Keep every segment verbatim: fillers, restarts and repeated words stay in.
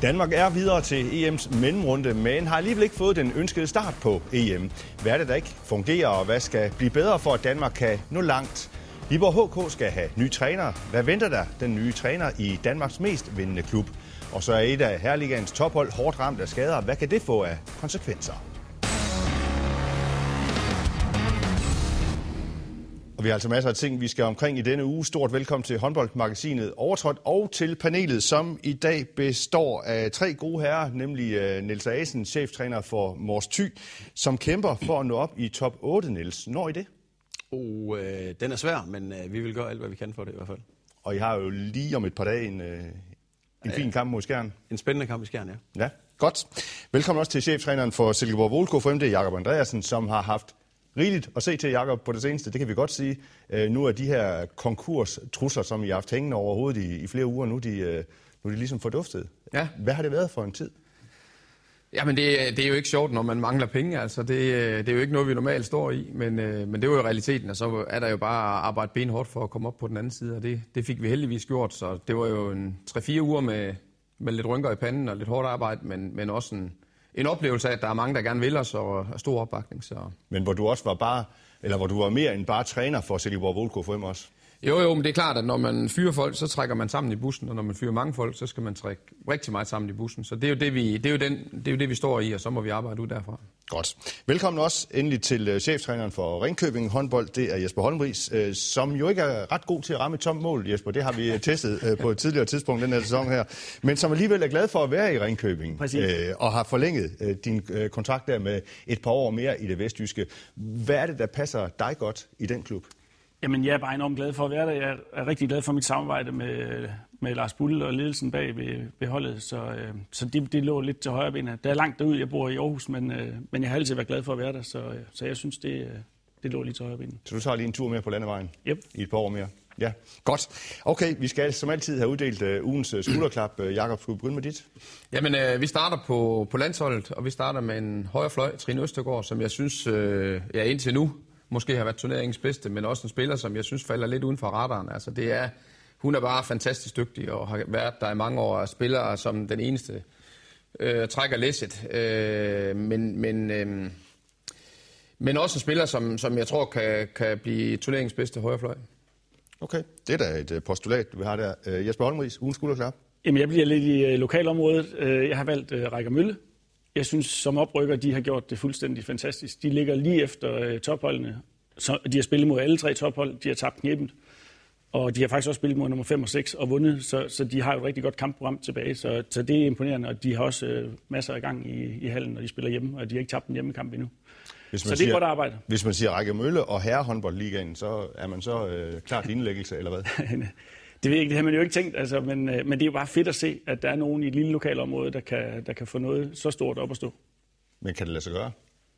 Danmark er videre til E M's mellemrunde, men har alligevel ikke fået den ønskede start på E M. Hvad er det, der ikke fungerer, og hvad skal blive bedre for, at Danmark kan nå langt? Viborg H K skal have ny træner. Hvad venter der den nye træner i Danmarks mest vindende klub? Og så er et af Herligans tophold hårdt ramt af skader. Hvad kan det få af konsekvenser? Og vi har altså masser af ting, vi skal omkring i denne uge. Stort velkommen til håndboldmagasinet Overtrådt og til panelet, som i dag består af tre gode herrer, nemlig Niels Asen, cheftræner for Mors Thy, som kæmper for at nå op i top otte. Niels, når I det? Oh, øh, den er svær, men øh, vi vil gøre alt, hvad vi kan for det i hvert fald. Og I har jo lige om et par dage en, øh, en fin kamp mod Skjern. En spændende kamp i Skjern, ja. Ja, godt. Velkommen også til cheftræneren for Silkeborg Volko for M D, Jakob Andreasen, som har haft rigeligt at se til, Jakob, på det seneste. Det kan vi godt sige. Øh, nu er de her konkurstrusler, som I har haft hængende over hovedet i, i flere uger, nu er de, øh, nu er de ligesom forduftet. Ja. Hvad har det været for en tid? Jamen, det, det er jo ikke sjovt, når man mangler penge. Altså, det, det er jo ikke noget, vi normalt står i, men, øh, men det er jo realiteten, og så er der jo bare at arbejde benhårdt for at komme op på den anden side, og det, det fik vi heldigvis gjort, så det var jo en tre-fire uger med, med lidt rynker i panden og lidt hårdt arbejde, men, men også en, en oplevelse af, at der er mange, der gerne vil os, og stor opbakning. Så. Men hvor du også var bare, eller hvor du var mere end bare træner for Silkeborg Volko for M også? Jo, jo, men det er klart, at når man fyrer folk, så trækker man sammen i bussen, og når man fyrer mange folk, så skal man trække rigtig meget sammen i bussen. Så det er jo det, vi, det er jo den, det er jo det, vi står i, og så må vi arbejde ud derfra. Godt. Velkommen også endelig til cheftræneren for Ringkøbing håndbold. Det er Jesper Holmris, som jo ikke er ret god til at ramme et tomt mål, Jesper. Det har vi testet på et tidligere tidspunkt den her sæson her. Men som alligevel er glad for at være i Ringkøbing. Præcis. Og har forlænget din kontrakt der med et par år mere i det vestjyske. Hvad er det, der passer dig godt i den klub? Jamen, jeg er bare enormt glad for at være der. Jeg er rigtig glad for mit samarbejde med, med Lars Bulle og ledelsen bag ved, ved holdet, så, øh, så det, det lå lidt til højre benet. Det er langt derud, jeg bor i Aarhus, men, øh, men jeg har altid været glad for at være der, så, øh, så jeg synes, det, det lå lidt til højre benet. Så du tager lige en tur mere på landevejen? Yep. I et par år mere? Ja, godt. Okay, vi skal som altid have uddelt uh, ugens uh, skulderklap. Uh, Jakob, skal vi begynde med dit? Jamen, øh, vi starter på, på landsholdet, og vi starter med en højre fløj, Trine Østergaard, som jeg synes, øh, ja, indtil nu måske har været turneringens bedste, men også en spiller, som jeg synes falder lidt uden for radaren. Altså, det er, hun er bare fantastisk dygtig og har været der i mange år og spiller som den eneste. Øh, trækker læsset. Øh, men, men, øh, men også en spiller, som, som jeg tror kan, kan blive turneringens bedste højrefløj. Okay, det er da et postulat, vi har der. Uh, Jesper Holmris, ugens skulderklap. Jamen, jeg bliver lidt i uh, lokalområdet. Uh, jeg har valgt uh, Rikker Mølle. Jeg synes, som oprykker, de har gjort det fuldstændig fantastisk. De ligger lige efter øh, topholdene. Så de har spillet mod alle tre tophold. De har tabt knæbent. Og de har faktisk også spillet mod nummer fem og seks og vundet. Så, så de har jo et rigtig godt kampprogram tilbage. Så, så det er imponerende. Og de har også øh, masser af gang i, i hallen, når de spiller hjemme. Og de har ikke tabt en hjemmekamp endnu. Så det er godt arbejde. Hvis man siger Rikker Mølle og herrehåndboldligaen, så er man så øh, klar til indlæggelse, eller hvad? Det ved jeg ikke, det har man jo ikke tænkt, altså, men, men det er jo bare fedt at se, at der er nogen i et lille lokalområde, der kan, der kan få noget så stort op at stå. Men kan det lade sig gøre?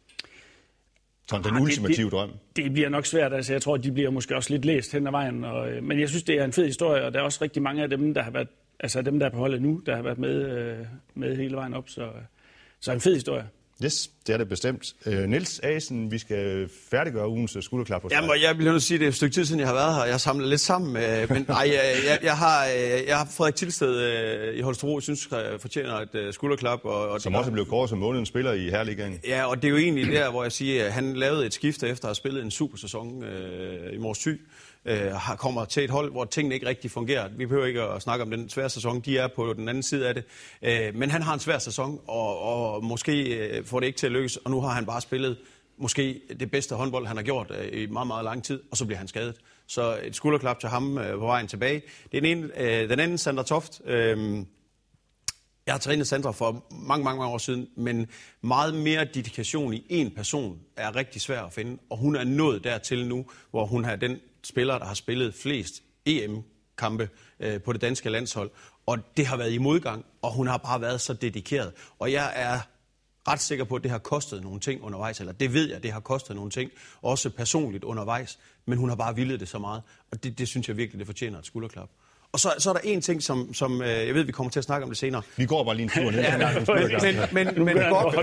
Sådan den ah, ultimative det, drøm? Det, det bliver nok svært, altså jeg tror, at de bliver måske også lidt læst hen ad vejen. Og, men jeg synes, det er en fed historie, og der er også rigtig mange af dem, der har været, altså dem, der er på holdet nu, der har været med, med hele vejen op, så, så en fed historie. Yes, det er det bestemt. Uh, Niels Asen, vi skal færdiggøre ugens skulderklap på. Jamen, jeg bliver nødt til at sige, det er et stykke tid siden, jeg har været her. Jeg har samlet lidt sammen. Uh, men nej, jeg, jeg, jeg, har, jeg har Frederik Tilsted uh, i Holstebro, synes jeg fortjener et uh, skulderklap. Og, og som også blev kåret som månedens spiller i Herligaen. Ja, og det er jo egentlig der, hvor jeg siger, at han lavede et skifte efter at have spillet en supersæson uh, i Mors Thy. Uh, kommer til et hold, hvor tingene ikke rigtig fungerer. Vi behøver ikke at snakke om den svære sæson. De er på den anden side af det. Uh, men han har en svær sæson, og, og måske uh, får det ikke til at lykkes. Og nu har han bare spillet måske det bedste håndbold, han har gjort uh, i meget, meget lang tid. Og så bliver han skadet. Så et skulderklap til ham uh, på vejen tilbage. Det er den ene. Uh, den anden, Sandra Toft. Uh, jeg har trænet Sandra for mange, mange år siden. Men meget mere dedikation i en person er rigtig svær at finde. Og hun er nået dertil nu, hvor hun har den spiller, der har spillet flest E M-kampe øh, på det danske landshold. Og det har været i modgang, og hun har bare været så dedikeret. Og jeg er ret sikker på, at det har kostet nogle ting undervejs. Eller det ved jeg, det har kostet nogle ting. Også personligt undervejs. Men hun har bare villet det så meget. Og det, det synes jeg virkelig, det fortjener et skulderklap. Og så, så er der en ting, som, som jeg ved, vi kommer til at snakke om det senere. Vi går bare lige en tur ned. Ja, men men, men, men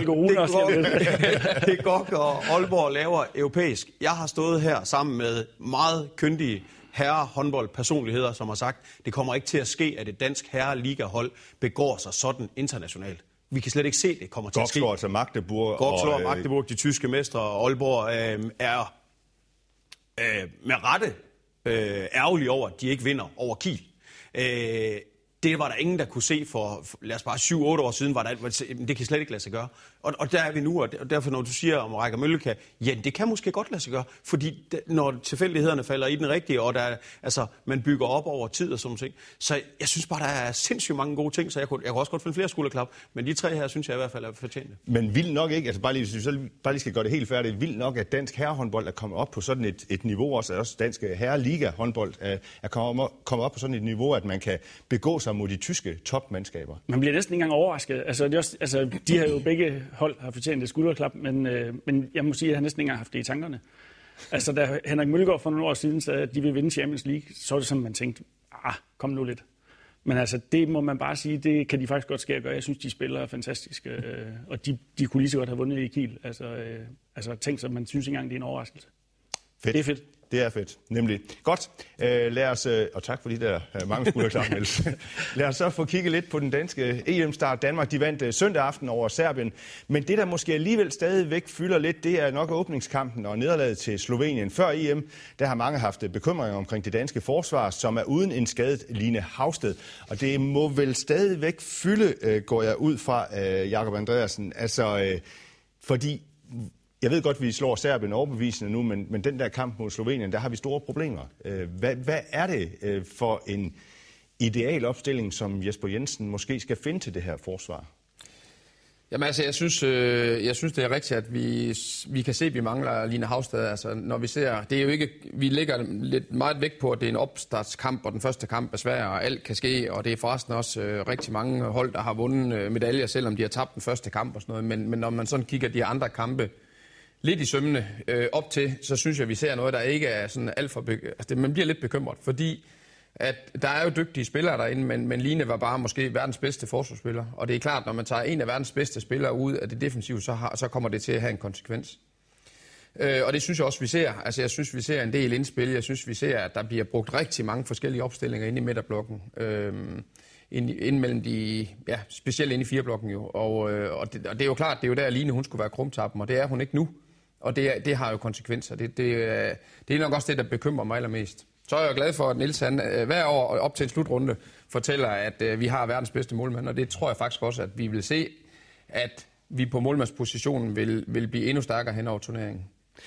det Gok og Aalborg laver europæisk. Jeg har stået her sammen med meget kyndige herre håndboldpersonligheder, som har sagt, det kommer ikke til at ske, at et dansk herre-ligahold begår sig sådan internationalt. Vi kan slet ikke se, det kommer til at ske. Gok altså Magdeburg. Gok slår Magdeburg, de tyske mestre, og Aalborg øh, er øh, med rette øh, ærgerlige over, at de ikke vinder over Kiel. Øh, det var der ingen, der kunne se for, for lad os bare syv otte år siden, var der, det kan slet ikke lade sig gøre. Og, og der er vi nu, og derfor når du siger om Reiker Mølle kan, ja, det kan måske godt lade sig gøre, fordi det, når tilfældighederne falder i den rigtige, og der, altså, man bygger op over tid og sådan ting. Så jeg synes bare, der er sindssygt mange gode ting, så jeg kunne, jeg kunne også godt finde flere skulderklap, men de tre her, synes jeg i hvert fald er fortjente. Men vildt nok ikke, altså bare lige, hvis vi bare lige skal gøre det helt færdigt, vildt nok, at dansk herrehåndbold er kommet op på sådan et, et niveau, også, også dansk herreliga-håndbold er, er kommet, kommet op på sådan et niveau, at man kan begå sig mod de tyske topmandskaber. Man bliver næsten ikke engang overrasket. Altså, det er også, altså, de har jo begge hold har fortjent et skulderklap, men, øh, men jeg må sige, at jeg har næsten ikke engang haft det i tankerne. Altså, da Henrik Mølgaard for nogle år siden sagde, at de vil vinde Champions League, så var det sådan, man tænkte, ah, kom nu lidt. Men altså, det må man bare sige, det kan de faktisk godt ske at gøre. Jeg synes, de spiller fantastisk, øh, og de, de kunne lige så godt have vundet i Kiel. Altså, øh, altså tænk så, man synes ikke engang, det er en overraskelse. Fedt. Det er fedt. Det er fedt, nemlig. Godt, øh, lad os, øh, og tak for de der øh, mange skulderklap, Niels. Lad os så få kigget lidt på den danske E M-start. Danmark, de vandt øh, søndag aften over Serbien. Men det, der måske alligevel stadigvæk fylder lidt, det er nok åbningskampen og nederlaget til Slovenien. Før E M, der har mange haft bekymringer omkring det danske forsvar, som er uden en skadet Line Havsted. Og det må vel stadigvæk fylde, øh, går jeg ud fra, øh, Jakob Andreasen. Altså, øh, fordi... Jeg ved godt, at vi slår Serbien overbevisende nu, men, men den der kamp mod Slovenien, der har vi store problemer. Hvad, hvad er det for en ideal opstilling, som Jesper Jensen måske skal finde til det her forsvar? Jamen altså, jeg synes, øh, jeg synes det er rigtigt, at vi, vi kan se, at vi mangler Line Havsted. Altså, når vi ser, det er jo ikke, vi lægger lidt meget vægt på, at det er en opstartskamp, og den første kamp er svær, og alt kan ske, og det er forresten også øh, rigtig mange hold, der har vundet øh, medaljer, selvom de har tabt den første kamp og sådan noget. Men, men når man sådan kigger de andre kampe lidt i sømmene øh, op til, så synes jeg, at vi ser noget, der ikke er sådan alt for... Be- altså, det, man bliver lidt bekymret, fordi at der er jo dygtige spillere derinde, men, men Line var bare måske verdens bedste forsvarsspiller. Og det er klart, når man tager en af verdens bedste spillere ud af det defensive, så, har, så kommer det til at have en konsekvens. Øh, og det synes jeg også, vi ser. Altså, jeg synes, vi ser en del indspil. Jeg synes, vi ser, at der bliver brugt rigtig mange forskellige opstillinger inde i midterblokken. Øh, ind, ind mellem de... Ja, specielt inde i fireblokken jo. Og, øh, og, det, og det er jo klart, det er jo der, Line hun skulle være krumtappen, og det er hun ikke nu. Og det, det har jo konsekvenser. Det, det, det er nok også det, der bekymrer mig allermest. Så er jeg glad for, at Niels han, hver år op til en slutrunde fortæller, at uh, vi har verdens bedste målmand. Og det tror jeg faktisk også, at vi vil se, at vi på målmandspositionen vil, vil blive endnu stærkere hen over turneringen.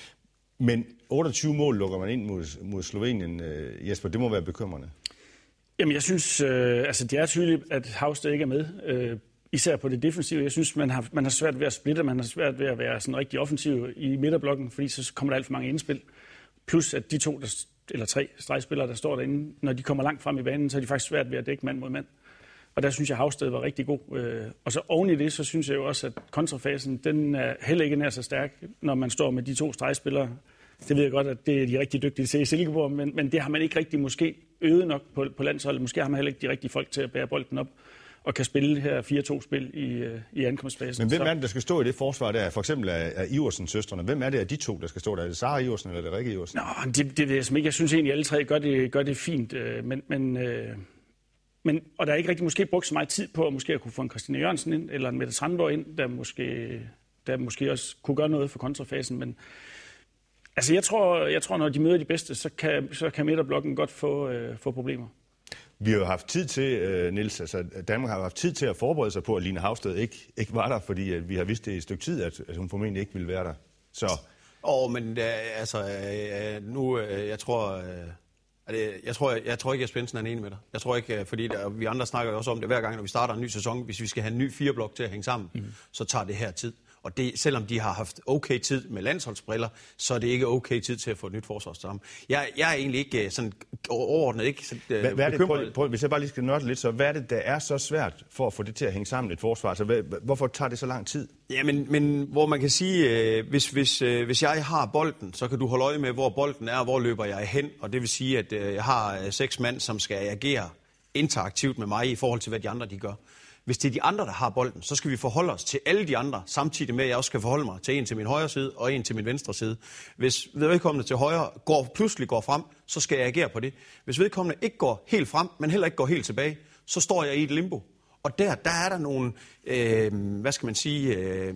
Men otteogtyve mål lukker man ind mod, mod Slovenien, uh, Jesper. Det må være bekymrende. Jamen, jeg synes, øh, altså det er tydeligt, at Havsted ikke er med. Øh, Især på det defensive. Jeg synes, man har, man har svært ved at splitte, man har svært ved at være sådan rigtig offensiv i midterblokken, fordi så kommer der alt for mange indspil. Plus at de to, der, eller tre stregspillere, der står derinde, når de kommer langt frem i banen, så er de faktisk svært ved at dække mand mod mand. Og der synes jeg, Havsted var rigtig god. Og så oven i det, så synes jeg jo også, at kontrafasen, den er heller ikke nær så stærk, når man står med de to stregspillere. Det ved jeg godt, at det er de rigtig dygtige til i Silkeborg, men, men det har man ikke rigtig måske øvet nok på, på landsholdet. Måske har man heller ikke de rigtige folk til at bære bolden op og kan spille det her fire to spil i, i ankomstfasen. Men hvem er det, der skal stå i det forsvar der? For eksempel af, af Iversens søstrene. Hvem er det af de to, der skal stå der? Er det Sara Iversen eller er det Rikke Iversen? Nå, det, det ved jeg ikke. Jeg synes egentlig, at alle tre gør det, gør det fint. Men, men, men, og der er ikke rigtig måske brugt så meget tid på at måske at kunne få en Christine Jørgensen ind, eller en Mette Strandborg ind, der måske, der måske også kunne gøre noget for kontrafasen. Men altså, jeg tror, jeg tror, når de møder de bedste, så kan, så kan midterblokken godt få, øh, få problemer. Vi har jo haft tid til, uh, Niels, altså Danmark har haft tid til at forberede sig på, at Line Havsted ikke, ikke var der, fordi uh, vi har vidst det i et stykke tid, at, at hun formentlig ikke ville være der. Så... Åh, oh, men uh, altså, uh, nu, uh, jeg tror... Uh, jeg tror, jeg, jeg tror ikke, at Spensen er enig med dig. Jeg tror ikke, fordi der, vi andre snakker jo også om det hver gang, når vi starter en ny sæson. Hvis vi skal have en ny fireblok til at hænge sammen, mm. så tager det her tid. Og det, selvom de har haft okay tid med landsholdsbriller, så er det ikke okay tid til at få et nyt forsvar sammen. Jeg, jeg er egentlig ikke sådan overordnet ikke sådan, hvad, hvad er det, prøv, prøv, hvis jeg bare lige skal nørde lidt, så hvad er det, der er så svært for at få det til at hænge sammen et forsvar? Så hvad, hvorfor tager det så lang tid? Ja, men, men hvor man kan sige, øh, hvis, hvis, øh, hvis jeg har bolden, så kan du holde øje med, hvor bolden er, og hvor løber jeg hen. Og det vil sige, at øh, jeg har øh, seks mand, som skal agere interaktivt med mig i forhold til, hvad de andre de gør. Hvis det er de andre, der har bolden, så skal vi forholde os til alle de andre, samtidig med, at jeg også skal forholde mig til en til min højre side og en til min venstre side. Hvis vedkommende til højre går, pludselig går frem, så skal jeg agere på det. Hvis vedkommende ikke går helt frem, men heller ikke går helt tilbage, så står jeg i et limbo. Og der, der er der nogle, øh, hvad skal man sige, øh,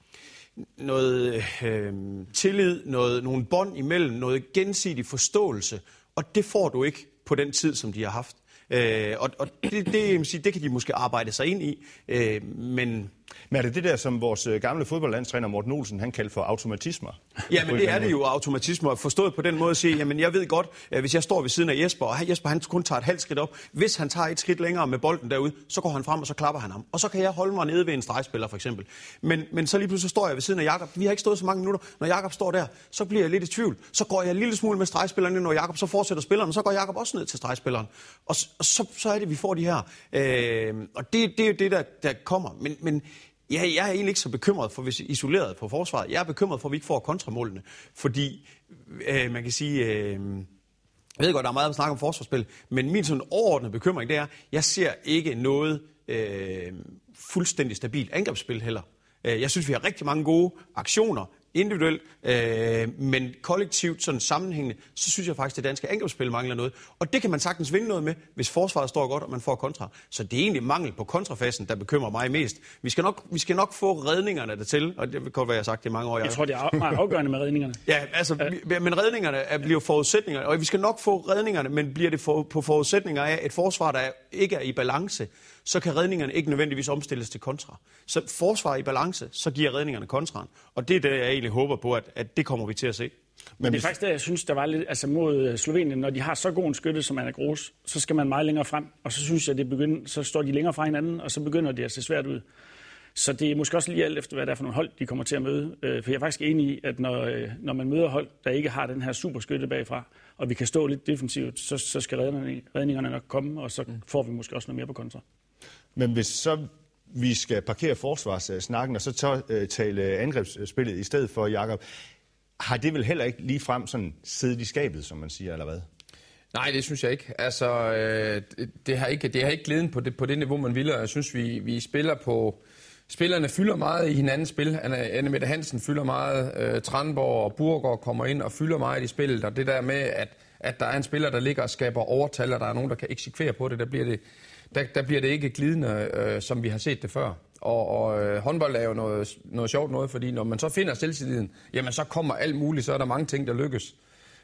noget øh, tillid, noget, nogle bånd imellem, noget gensidig forståelse, og det får du ikke på den tid, som de har haft. Øh, og og det, det, sige, det kan de måske arbejde sig ind i, øh, men... Men er det det der, som vores gamle fodboldlandstræner Morten Olsen, han kaldte for automatismer? Ja, men det er det jo, automatismer, forstået på den måde at sige, jamen jeg ved godt, hvis jeg står ved siden af Jesper, og Jesper han kun tager et halvt skridt op, hvis han tager et skridt længere med bolden derude, så går han frem, og så klapper han ham. Og så kan jeg holde mig nede ved en stregspiller for eksempel. Men, men så lige pludselig står jeg ved siden af Jakob. Vi har ikke stået så mange minutter. Når Jakob står der, så bliver jeg lidt i tvivl. Så går jeg en lille smule med stregspilleren, når Jakob så fortsætter spilleren, og så går Jakob også ned til stregspilleren. Og så, så, så er det, vi får de her. Øh, og det, det er jo det, der, der kommer. Men, men ja, jeg er egentlig ikke så bekymret for, hvis isoleret på forsvaret. Jeg er bekymret for, at vi ikke får kontramålene. Fordi, øh, man kan sige... Øh, jeg ved godt, der er meget at snakke om forsvarsspil, men min sådan overordnede bekymring, det er, jeg ser ikke noget øh, fuldstændig stabilt angrebsspil heller. Jeg synes, vi har rigtig mange gode aktioner, individuelt, øh, men kollektivt, sådan sammenhængende, så synes jeg faktisk, at det danske angrebsspil mangler noget. Og det kan man sagtens vinde noget med, hvis forsvaret står godt, og man får kontra. Så det er egentlig mangel på kontrafasen, der bekymrer mig mest. Vi skal nok, vi skal nok få redningerne dertil, og det vil godt være, jeg har sagt det i mange år. Jeg tror, det er meget afgørende med redningerne. Ja, altså, vi, men redningerne er, bliver forudsætninger, og vi skal nok få redningerne, men bliver det for, på forudsætninger af et forsvar, der ikke er i balance, så kan redningerne ikke nødvendigvis omstilles til kontra. Så forsvar i balance, så giver redningerne kontraen. Og det er det, jeg egentlig håber på, at, at det kommer vi til at se. Men, Men det er faktisk det, jeg synes, der var lidt altså mod Slovenien. Når de har så god en skytte, som Anna Gros, så skal man meget længere frem. Og så synes jeg, det begynder, så står de længere fra hinanden, og så begynder det at se svært ud. Så det er måske også lige alt efter, hvad det er for nogle hold, de kommer til at møde. For jeg er faktisk enig i, at når, når man møder hold, der ikke har den her superskytte bagfra, og vi kan stå lidt defensivt, så, så skal redningerne nok komme, og så får vi måske også noget mere på kontra. Men hvis så vi skal parkere forsvarssnakken, og så tør, øh, tale angrebsspillet i stedet for, Jakob, har det vel heller ikke lige frem sådan siddet i skabet, som man siger, eller hvad? Nej, det synes jeg ikke. Altså, øh, det, har ikke, det har ikke gleden på det, på det niveau, man vil, og jeg synes, vi, vi spiller på... Spillerne fylder meget i hinandens spil. Anne Mette Hansen fylder meget. Øh, Tranborg og Burgård kommer ind og fylder meget i spillet. Og det der med, at, at der er en spiller, der ligger og skaber overtal, og der er nogen, der kan eksekvere på det, der bliver det, der, der bliver det ikke glidende, øh, som vi har set det før. Og, og øh, håndbold er jo noget, noget sjovt noget, fordi når man så finder selvtilliden, jamen så kommer alt muligt, så er der mange ting, der lykkes.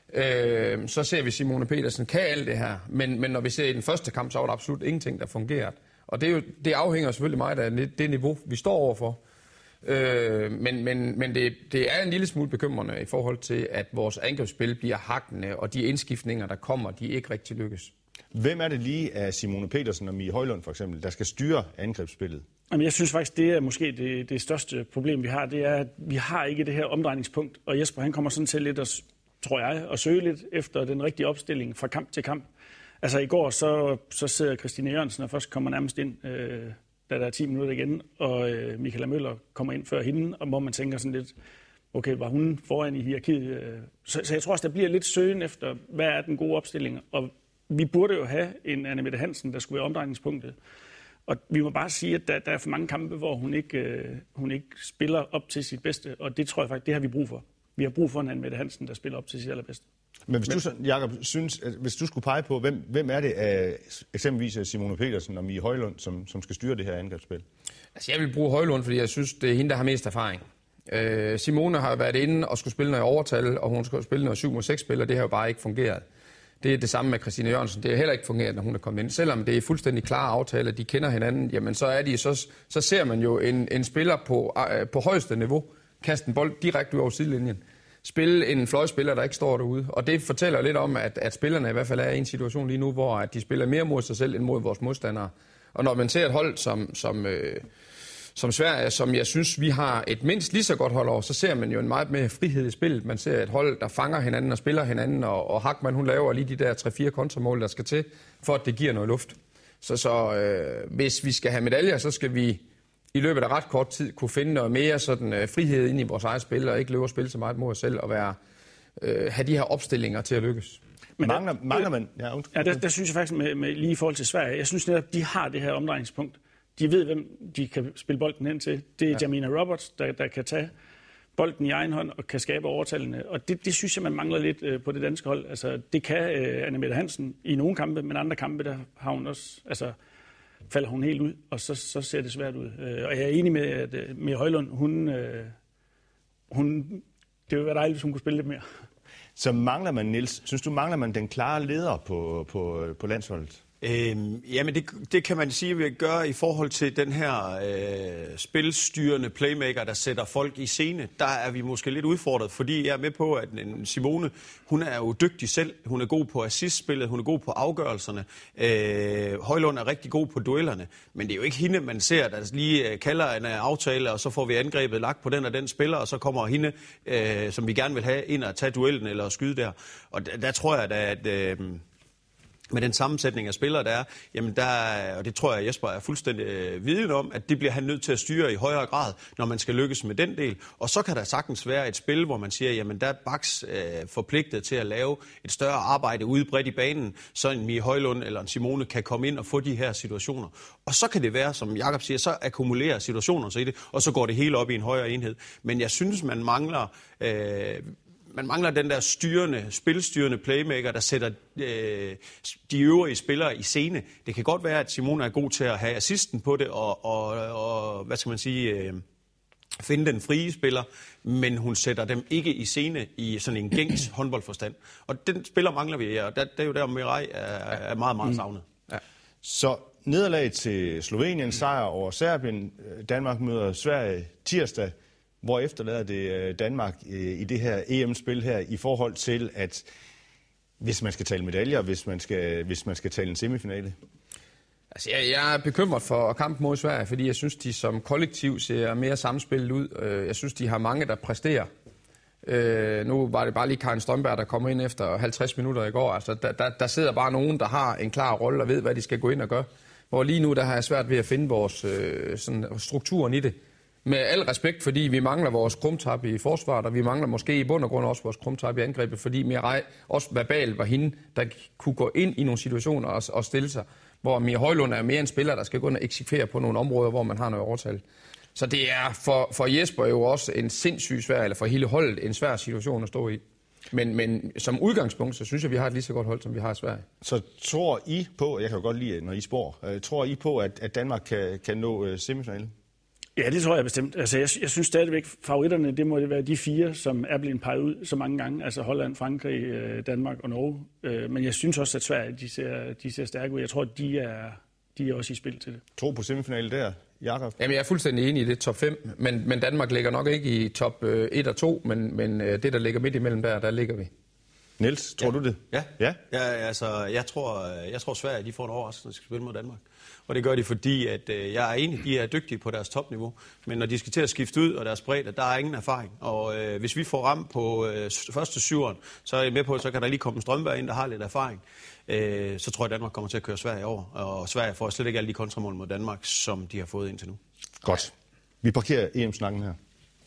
Øh, så ser vi Simone Petersen kan alt det her, men, men når vi ser i den første kamp, så var der absolut ingenting, der fungerede. Og det, er jo, det afhænger selvfølgelig meget af det niveau, vi står overfor. Øh, men men, men det, det er en lille smule bekymrende i forhold til, at vores angrebsspil bliver hakkende, og de indskiftninger, der kommer, de ikke rigtig lykkes. Hvem er det lige af Simone Petersen og Mie Højlund for eksempel, der skal styre angrebsspillet? Jamen, jeg synes faktisk, det er måske det, det største problem, vi har. Det er, at vi har ikke det her omdrejningspunkt. Og Jesper, han kommer sådan til lidt, at, tror jeg, at søge lidt efter den rigtige opstilling fra kamp til kamp. Altså i går, så, så sidder Christine Jørgensen, og først kommer nærmest ind, øh, da der er ti minutter igen, og øh, Michaela Møller kommer ind før hende, og hvor man tænker sådan lidt, okay, var hun foran i hierarkiet? Øh, så, så jeg tror også, der bliver lidt søgen efter, hvad er den gode opstilling? Og vi burde jo have en Anne Mette Hansen, der skulle være omdrejningspunktet. Og vi må bare sige, at der, der er for mange kampe, hvor hun ikke, øh, hun ikke spiller op til sit bedste, og det tror jeg faktisk, det har vi brug for. Vi har brug for en Anne Mette Hansen, der spiller op til sit allerbedste. Men hvis du, Jakob, synes, at hvis du skulle pege på, hvem, hvem er det af eksempelvis Simone Petersen og Mie Højlund, som, som skal styre det her angrebsspil? Altså, jeg vil bruge Højlund, fordi jeg synes, det er hende, der har mest erfaring. Øh, Simone har været inde og skulle spille noget overtal, og hun skulle spille noget syv mod seks spil, og det har jo bare ikke fungeret. Det er det samme med Christine Jørgensen. Det har heller ikke fungeret, når hun er kommet ind. Selvom det er fuldstændig klare aftaler, de kender hinanden, jamen så er de så, så ser man jo en, en spiller på, uh, på højeste niveau kaste en bold direkte ud over sidelinjen. Spille en fløjspiller, der ikke står derude. Og det fortæller lidt om, at, at spillerne i hvert fald er i en situation lige nu, hvor at de spiller mere mod sig selv end mod vores modstandere. Og når man ser et hold som, som, øh, som Sverige, som jeg synes, vi har et mindst lige så godt hold over, så ser man jo en meget mere frihed i spillet. Man ser et hold, der fanger hinanden og spiller hinanden, og, og Hackman, hun laver lige de der tre fire kontramål, der skal til, for at det giver noget luft. Så, så øh, hvis vi skal have medaljer, så skal vi i løbet af ret kort tid kunne finde noget mere sådan, øh, frihed ind i vores eget spil, og ikke løbe og spille så meget mod os selv, og være, øh, have de her opstillinger til at lykkes. Men mangler, der, mangler man... Ja, ja der, der synes jeg faktisk, med, med, lige i forhold til Sverige, jeg synes netop, de har det her omdrejningspunkt. De ved, hvem de kan spille bolden hen til. Det er ja. Jamina Roberts, der, der kan tage bolden i egen hånd og kan skabe overtallene. Og det, det synes jeg, man mangler lidt øh, på det danske hold. Altså, det kan øh, Anne-Mette Hansen i nogle kampe, men andre kampe, der har hun også... Altså, falder hun helt ud, og så, så ser det svært ud. Øh, og jeg er enig med, at øh, Mia Højlund, hun... Øh, hun det ville være dejligt, hvis hun kunne spille lidt mere. Så mangler man, Niels, synes du, mangler man den klare leder på, på, på landsholdet? Øhm, jamen det, det kan man sige, at vi gør i forhold til den her øh, spilstyrende playmaker, der sætter folk i scene. Der er vi måske lidt udfordret, fordi jeg er med på, at Simone, hun er jo dygtig selv. Hun er god på assistspillet, hun er god på afgørelserne. Øh, Højlund er rigtig god på duellerne, men det er jo ikke hende, man ser, der lige kalder en aftale, og så får vi angrebet lagt på den og den spiller, og så kommer hende, øh, som vi gerne vil have, ind og tage duellen eller skyde der. Og der, der tror jeg da, at... Øh, med den sammensætning af spillere, der er, jamen der, og det tror jeg, Jesper er fuldstændig øh, viden om, at det bliver han nødt til at styre i højere grad, når man skal lykkes med den del. Og så kan der sagtens være et spil, hvor man siger, jamen der er Baks øh, forpligtet til at lave et større arbejde ude bredt i banen, så en Mie Højlund eller en Simone kan komme ind og få de her situationer. Og så kan det være, som Jakob siger, så akkumulerer situationer sig i det, og så går det hele op i en højere enhed. Men jeg synes, man mangler... Øh, Man mangler den der styrende, spilstyrende playmaker, der sætter øh, de øvrige spillere i scene. Det kan godt være, at Simone er god til at have assisten på det, og, og, og hvad skal man sige, øh, finde den frie spiller, men hun sætter dem ikke i scene i sådan en gængs håndboldforstand. Og den spiller mangler vi, og det er jo der, Mirai er, er meget, meget savnet. Ja. Så nederlag til Slovenien, sejr over Serbien, Danmark møder Sverige tirsdag. Hvor efterlader det Danmark i det her E M-spil her i forhold til, at hvis man skal tale medaljer, hvis man skal, hvis man skal tale en semifinale? Altså, jeg, jeg er bekymret for kampen mod Sverige, fordi jeg synes, de som kollektiv ser mere samspillet ud. Jeg synes, de har mange, der præsterer. Øh, nu var det bare lige Karin Strømberg, der kom ind efter halvtreds minutter i går. Altså, der, der, der sidder bare nogen, der har en klar rolle og ved, hvad de skal gå ind og gøre. Hvor lige nu, der har jeg svært ved at finde vores øh, sådan, strukturen i det. Med al respekt, fordi vi mangler vores krumtap i forsvaret, og vi mangler måske i bund og grund også vores krumtap i angrebet, fordi Mirai også verbal var hende, der kunne gå ind i nogle situationer og, og stille sig, hvor Mia Højlund er mere en spiller, der skal gå ind og eksekvere på nogle områder, hvor man har noget overtal. Så det er for, for Jesper jo også en sindssygt svær, eller for hele holdet en svær situation at stå i. Men, men som udgangspunkt, så synes jeg, vi har et lige så godt hold, som vi har i Sverige. Så tror I på, jeg kan jo godt lide, når I spår, tror I på, at, at Danmark kan, kan nå semifinalen? Ja, det tror jeg bestemt. Altså, jeg, jeg synes stadigvæk, favoritterne, det må det være de fire, som er blevet peget ud så mange gange. Altså Holland, Frankrig, Danmark og Norge. Men jeg synes også, at Sverige, de ser, de ser stærke ud. Jeg tror, at de er, de er også i spil til det. Tro på semifinale der, Jakob? Jamen, jeg er fuldstændig enig i det top fem. Men, men Danmark ligger nok ikke i top et og to, men, men det, der ligger midt imellem der, der ligger vi. Niels, tror ja. du det? Ja, ja? ja altså, jeg tror, jeg tror Sverige, de får en overraskelse, når de skal spille mod Danmark. Og det gør de, fordi at, øh, jeg er enig, de er dygtige på deres topniveau. Men når de skal til at skifte ud, og deres bredde, der er ingen erfaring. Og øh, hvis vi får ramt på øh, første syveren, så er jeg med på, så kan der lige komme en Strømberg ind, der har lidt erfaring. Øh, så tror jeg, at Danmark kommer til at køre Sverige over. Og Sverige får slet ikke alle de kontramål mod Danmark, som de har fået indtil nu. Godt. Vi parkerer E M-snakken her.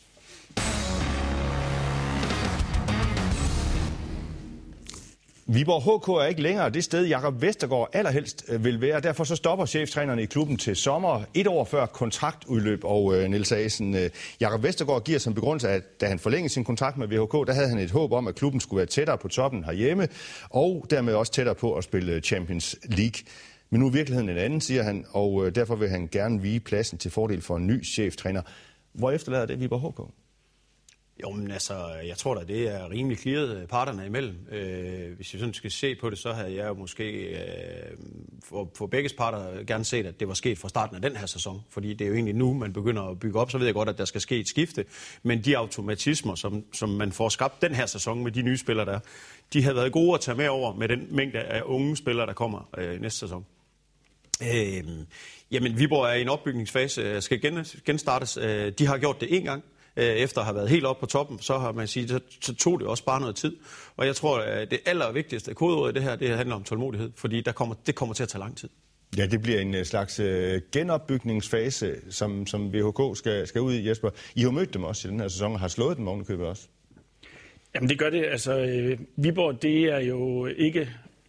Viborg H K er ikke længere det sted, Jakob Vestergaard allerhelst vil være. Derfor så stopper cheftrænerne i klubben til sommer, et år før kontraktudløb. Og øh, Niels Asen, øh, Jakob Vestergaard giver som begrundelse, at da han forlængede sin kontrakt med V H K, der havde han et håb om, at klubben skulle være tættere på toppen herhjemme, og dermed også tættere på at spille Champions League. Men nu er virkeligheden en anden, siger han, og øh, derfor vil han gerne vige pladsen til fordel for en ny cheftræner. Hvor efterlader det Viborg H K? Jo, men altså, jeg tror da, det er rimelig clearet parterne imellem. Øh, hvis jeg sådan skal se på det, så havde jeg jo måske øh, for, for begge parter gerne set, at det var sket fra starten af den her sæson. Fordi det er jo egentlig nu, man begynder at bygge op, så ved jeg godt, at der skal ske et skifte. Men de automatismer, som, som man får skabt den her sæson med de nye spillere der, de havde været gode at tage med over med den mængde af unge spillere, der kommer øh, næste sæson. Øh, jamen, Viborg er i en opbygningsfase, skal gen, genstartes. Øh, de har gjort det en gang. Efter at have været helt oppe på toppen, så har man sige, så tog det også bare noget tid. Og jeg tror, at det allervigtigste kodeord i det her, det handler om tålmodighed, fordi der kommer, det kommer til at tage lang tid. Ja, det bliver en slags genopbygningsfase, som, som V H K skal, skal ud i, Jesper. I har mødt dem også i den her sæson og har slået dem ovenikøbet også. Jamen det gør det. Altså, øh, Viborg, det er jo ikke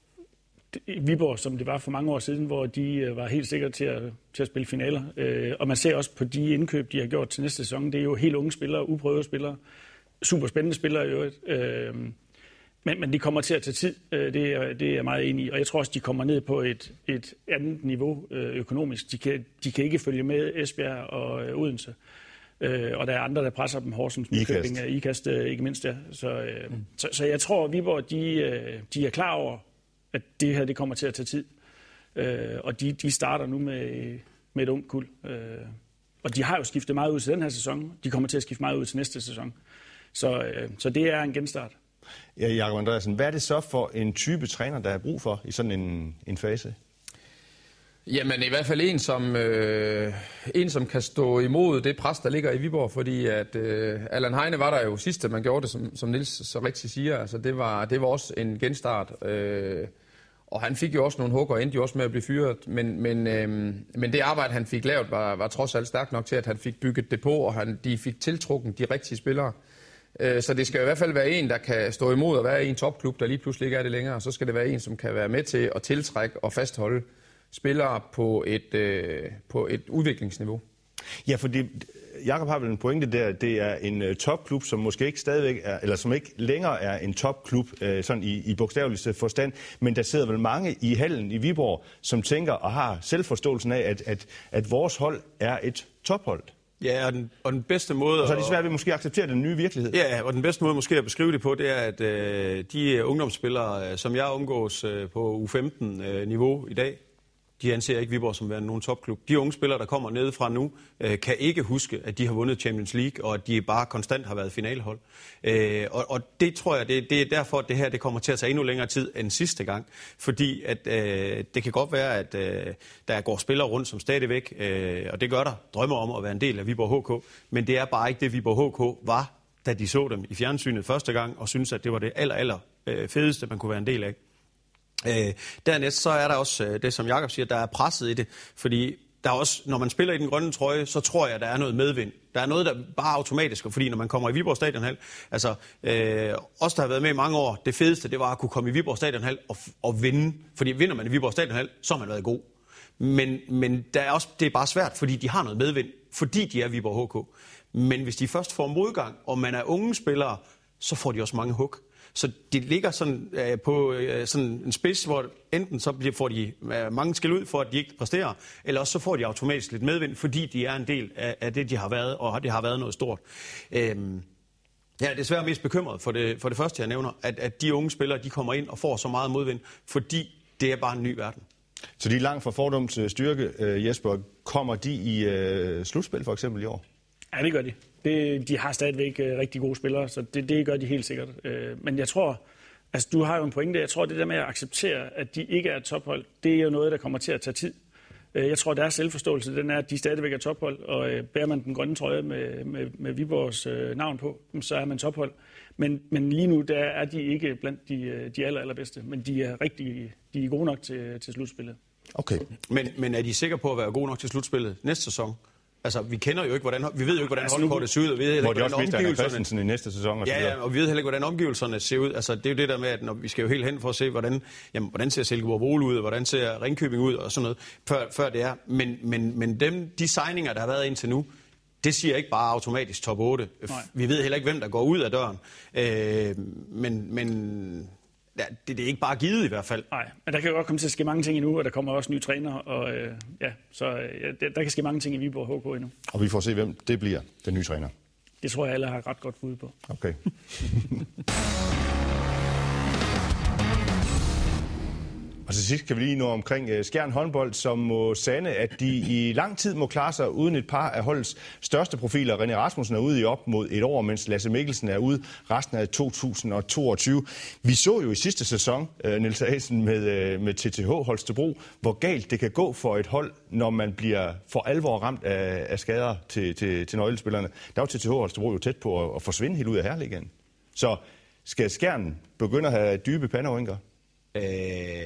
Viborg, som det var for mange år siden, hvor de øh, var helt sikre til at, til at spille finaler. Øh, og man ser også på de indkøb, de har gjort til næste sæson. Det er jo helt unge spillere, uprøvede spillere, super spændende spillere i øvrigt. Øh, men, men de kommer til at tage tid, øh, det, er, det er jeg meget enig i. Og jeg tror også, de kommer ned på et, et andet niveau øh, økonomisk. De kan, de kan ikke følge med Esbjerg og øh, Odense. Øh, og der er andre, der presser dem. Horsens, Nykøbing, Ikast, øh, ikke mindst. Ja. Så, øh, mm. så, så jeg tror, at Viborg, de, øh, de er klar over, at det her det kommer til at tage tid. Øh, og de, de starter nu med, med et ungt kuld. Øh, og de har jo skiftet meget ud til den her sæson. De kommer til at skifte meget ud til næste sæson. Så, øh, så det er en genstart. Ja, Jakob Andreasen, hvad er det så for en type træner, der er brug for i sådan en, en fase? Jamen i hvert fald en som, øh, en, som kan stå imod det pres, der ligger i Viborg, fordi at øh, Allan Heine var der jo sidst, man gjorde det, som, som Niels så rigtig siger. Altså det var, det var også en genstart, øh, og han fik jo også nogle hug og endte jo også med at blive fyret. Men, men, øh, men det arbejde, han fik lavet, var, var trods alt stærkt nok til, at han fik bygget det på, og han, de fik tiltrukken de rigtige spillere. Øh, så det skal i hvert fald være en, der kan stå imod og være i en topklub, der lige pludselig ikke er det længere. Og så skal det være en, som kan være med til at tiltrække og fastholde spillere på et, øh, på et udviklingsniveau. Ja, fordi Jakob har vel en pointe der. Det er en uh, topklub, som måske ikke stadigvæk er, eller som ikke længere er en topklub, uh, sådan i, i bogstaveligste forstand, men der sidder vel mange i hallen i Viborg, som tænker og har selvforståelsen af, at, at, at vores hold er et tophold. Ja, og den, og den bedste måde... Og så er det svært ved måske at acceptere den nye virkelighed. Ja, og den bedste måde måske at beskrive det på, det er, at øh, de ungdomsspillere, som jeg omgås øh, på U femten-niveau i dag, de anser ikke Viborg som værende nogen topklub. De unge spillere, der kommer ned fra nu, øh, kan ikke huske, at de har vundet Champions League, og at de bare konstant har været finalehold. Øh, og, og det tror jeg, det, det er derfor, at det her det kommer til at tage endnu længere tid end sidste gang. Fordi at, øh, det kan godt være, at øh, der går spillere rundt, som stadigvæk, øh, og det gør der, drømmer om at være en del af Viborg H K. Men det er bare ikke det, Viborg H K var, da de så dem i fjernsynet første gang, og synes at det var det aller, aller øh, fedeste, man kunne være en del af. Øh, dernæst så er der også øh, det, som Jakob siger, der er presset i det, fordi der er også, når man spiller i den grønne trøje, så tror jeg, der er noget medvind. Der er noget, der bare automatisk, fordi når man kommer i Viborg Stadionhal, altså øh, os, der har været med i mange år, det fedeste, det var at kunne komme i Viborg Stadionhal og, og vinde. Fordi vinder man i Viborg Stadionhal, så har man været god. Men, men der er også, det er bare svært, fordi de har noget medvind, fordi de er Viborg H K. Men hvis de først får modgang, og man er unge spillere, så får de også mange hug. Så det ligger sådan øh, på øh, sådan en spids, hvor enten så bliver, får de øh, mange skæld ud for, at de ikke præsterer, eller også så får de automatisk lidt medvind, fordi de er en del af, af det, de har været, og det har været noget stort. Øhm, jeg er desværre mest bekymret for det, for det første, jeg nævner, at, at de unge spillere, de kommer ind og får så meget modvind, fordi det er bare en ny verden. Så de er langt fra fordums styrke, øh, Jesper. Kommer de i øh, slutspil for eksempel i år? Ja, det gør de. Det, de har stadigvæk uh, rigtig gode spillere, så det, det gør de helt sikkert. Uh, men jeg tror, altså du har jo en pointe, jeg tror det der med at acceptere, at de ikke er et tophold, det er jo noget, der kommer til at tage tid. Uh, jeg tror, deres selvforståelse, den er, at de stadigvæk er tophold, og uh, bærer man den grønne trøje med, med, med Viborgs uh, navn på, så er man tophold. Men, men lige nu, der er de ikke blandt de, de aller, allerbedste, men de er rigtig, de er gode nok til, til slutspillet. Okay. Men, men er de sikre på at være gode nok til slutspillet næste sæson? Altså, vi kender jo ikke, hvordan, vi ved jo ikke, hvordan altså, holdkortet ser ud, og vi ved heller ikke, hvordan omgivelserne... i næste sæson og ja, ja, og vi ved heller ikke, hvordan omgivelserne ser ud. Altså, det er jo det der med, at når vi skal jo helt hen for at se, hvordan, jamen, hvordan ser Silkeborg-Vol ud, og hvordan ser Ringkøbing ud, og sådan noget, før, før det er. Men, men, men dem, de signinger, der har været indtil nu, det siger ikke bare automatisk top otte. Nej. Vi ved heller ikke, hvem der går ud af døren. Øh, men... men ja, det, det er ikke bare givet i hvert fald. Nej, men der kan jo godt komme til at ske mange ting endnu, og der kommer også nye trænere, og øh, ja, så ja, der, der kan ske mange ting i Viborg H K endnu. Og vi får se, hvem det bliver, den nye træner. Det tror jeg, alle har ret godt bud på. Okay. Og til sidst kan vi lige nå omkring Skjern håndbold, som må sande, at de i lang tid må klare sig uden et par af holdets største profiler. René Rasmussen er ude i op mod et år, mens Lasse Mikkelsen er ude resten af to tusind og toogtyve. Vi så jo i sidste sæson, Niels Asen med, med T T H Holstebro, hvor galt det kan gå for et hold, når man bliver for alvor ramt af, af skader til, til, til nøglespillerne. Der var T T H Holstebro jo tæt på at, at forsvinde helt ud af herligaen. Så skal Skjern begynde at have dybe panderynker? Øh,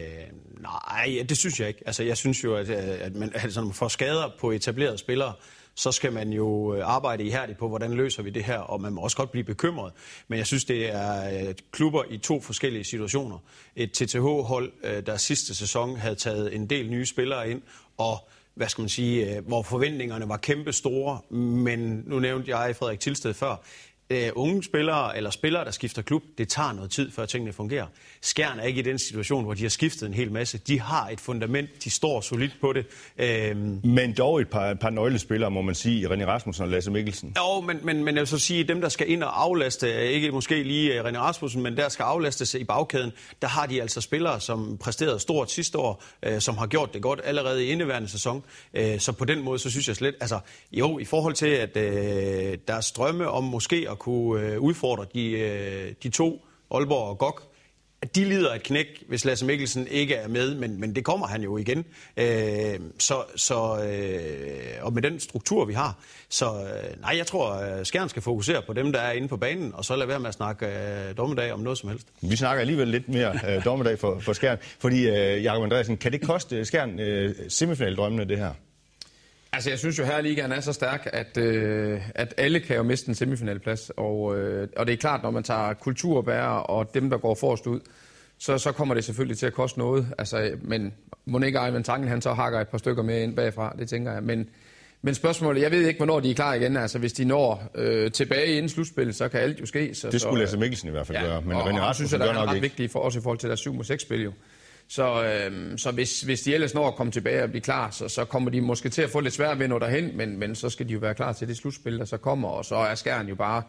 nej, det synes jeg ikke. Altså, jeg synes jo, at, at man, altså, når man får skader på etablerede spillere, så skal man jo arbejde ihærdigt på, hvordan løser vi det her, og man må også godt blive bekymret. Men jeg synes, det er klubber i to forskellige situationer. Et T T H-hold, der sidste sæson havde taget en del nye spillere ind, og hvad skal man sige, hvor forventningerne var kæmpe store, men nu nævnte jeg Frederik Tilsted før. Uh, unge spillere eller spillere, der skifter klub, det tager noget tid, før tingene fungerer. Skjern er ikke i den situation, hvor de har skiftet en hel masse. De har et fundament, de står solidt på det. Uh, men dog et par, et par nøglespillere, må man sige, René Rasmussen og Lasse Mikkelsen. Jo, men, men, men jeg vil så sige, dem, der skal ind og aflaste, ikke måske lige René Rasmussen, men der skal aflastes i bagkæden, der har de altså spillere, som præsterede stort sidste år, uh, som har gjort det godt allerede i indeværende sæson. Uh, så på den måde, så synes jeg slet, altså jo, i forhold til, at uh, deres drømme om måske at kunne udfordre de, de to, Aalborg og G O G, at de lider et knæk, hvis Lasse Mikkelsen ikke er med, men, men det kommer han jo igen. Øh, så, så, øh, og med den struktur, vi har. Så øh, nej, jeg tror, at Skjern skal fokusere på dem, der er inde på banen, og så lade være med at snakke øh, dommedag om noget som helst. Vi snakker alligevel lidt mere øh, dommedag for, for Skjern, fordi øh, Jakob Andreasen, kan det koste Skjern øh, semifinaldrømmene, det her? Altså, jeg synes jo, her ligaen er så stærk, at, øh, at alle kan jo miste en semifinalplads. Og, øh, og det er klart, når man tager kulturbærere og dem, der går forrest ud, så, så kommer det selvfølgelig til at koste noget. Altså, men må ikke Eivind Tangen, han så hakker et par stykker med ind bagfra, det tænker jeg. Men, men spørgsmålet, jeg ved ikke, hvornår de er klar igen. Altså, hvis de når øh, tilbage inden slutspillet, så kan alt jo ske. Så, det skulle Lasse Mikkelsen i hvert fald ja, gøre. Men og, René og, synes jeg, gør der er nok ret ikke. vigtigt for os i forhold til deres syv mod seks spil jo. Så, øh, så hvis, hvis de ellers når at komme tilbage og blive klar, så, så kommer de måske til at få lidt svært ved at nå derhen, men, men så skal de jo være klar til det slutspil, der så kommer, og så er Skjern jo bare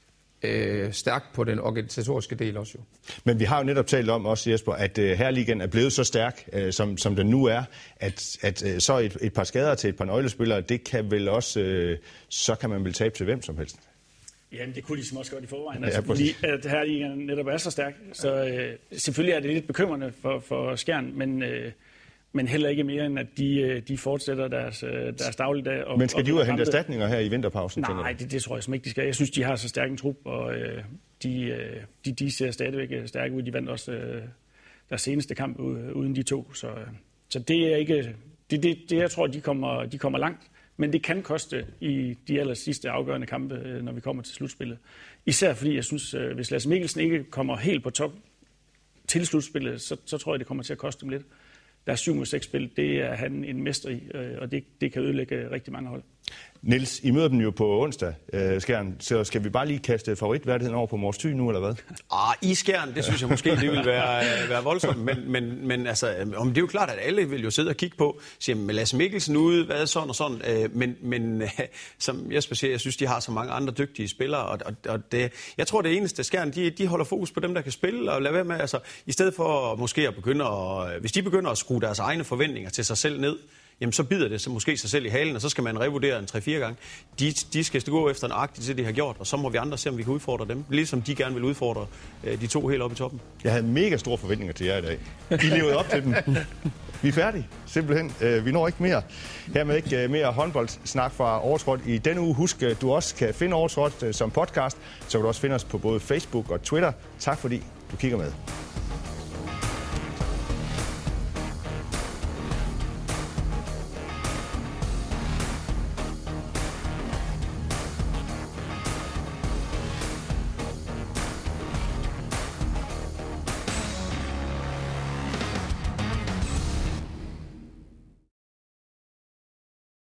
øh, stærk på den organisatoriske del også jo. Men vi har jo netop talt om også, Jesper, at øh, herreligaen er blevet så stærk, øh, som, som den nu er, at, at øh, så et, et par skader til et par nøglespillere, det kan vel også, øh, så kan man vel tabe til hvem som helst. Jamen, det kunne de som også godt i forvejen, altså, ja, fordi at herreligaen netop er så stærk. Så øh, selvfølgelig er det lidt bekymrende for, for Skjern, men, øh, men heller ikke mere, end at de, de fortsætter deres, deres dagligdag. Og, men skal de ud og hente erstatninger her i vinterpausen? Nej, det, det tror jeg som ikke, de skal. Jeg synes, de har så stærk en trup, og øh, de, de, de ser stadigvæk stærke ud. De vandt også øh, deres seneste kamp uden de to, så, så det er ikke... Det, det, det jeg tror, de kommer, de kommer langt. Men det kan koste i de aller sidste afgørende kampe, når vi kommer til slutspillet. Især fordi, jeg synes, hvis Lasse Mikkelsen ikke kommer helt på top til slutspillet, så, så tror jeg, det kommer til at koste dem lidt. Deres syv mod seks spil, det er han en mester i, og det, det kan ødelægge rigtig mange hold. Niels, I møder dem jo på onsdag, øh, Skjern, så skal vi bare lige kaste favoritværdigheden over på Mors Thy nu, eller hvad? Ah, i Skjern, det synes jeg måske, det vil være, være voldsomt, men, men, men altså, om det er jo klart, at alle vil jo sidde og kigge på, siger, med Lasse Mikkelsen ude, hvad sådan og sådan, øh, men, men øh, som Jesper siger, jeg synes, de har så mange andre dygtige spillere, og, og, og det, jeg tror, det eneste Skjern, de, de holder fokus på dem, der kan spille, og lade være med, altså, i stedet for måske at begynde at, hvis de begynder at skrue deres egne forventninger til sig selv ned, jamen så bider det så måske sig selv i halen, og så skal man revurdere en tre-fire gange. De, de skal gå efter en agtig til, de har gjort, og så må vi andre se, om vi kan udfordre dem, ligesom de gerne vil udfordre øh, de to helt oppe i toppen. Jeg havde mega store forventninger til jer i dag. I levede op til dem. Vi er færdige, simpelthen. Vi når ikke mere. Hermed ikke mere håndboldsnak fra Overtrådt i denne uge. Husk, at du også kan finde Overtrådt som podcast, så kan du også finde os på både Facebook og Twitter. Tak fordi du kigger med.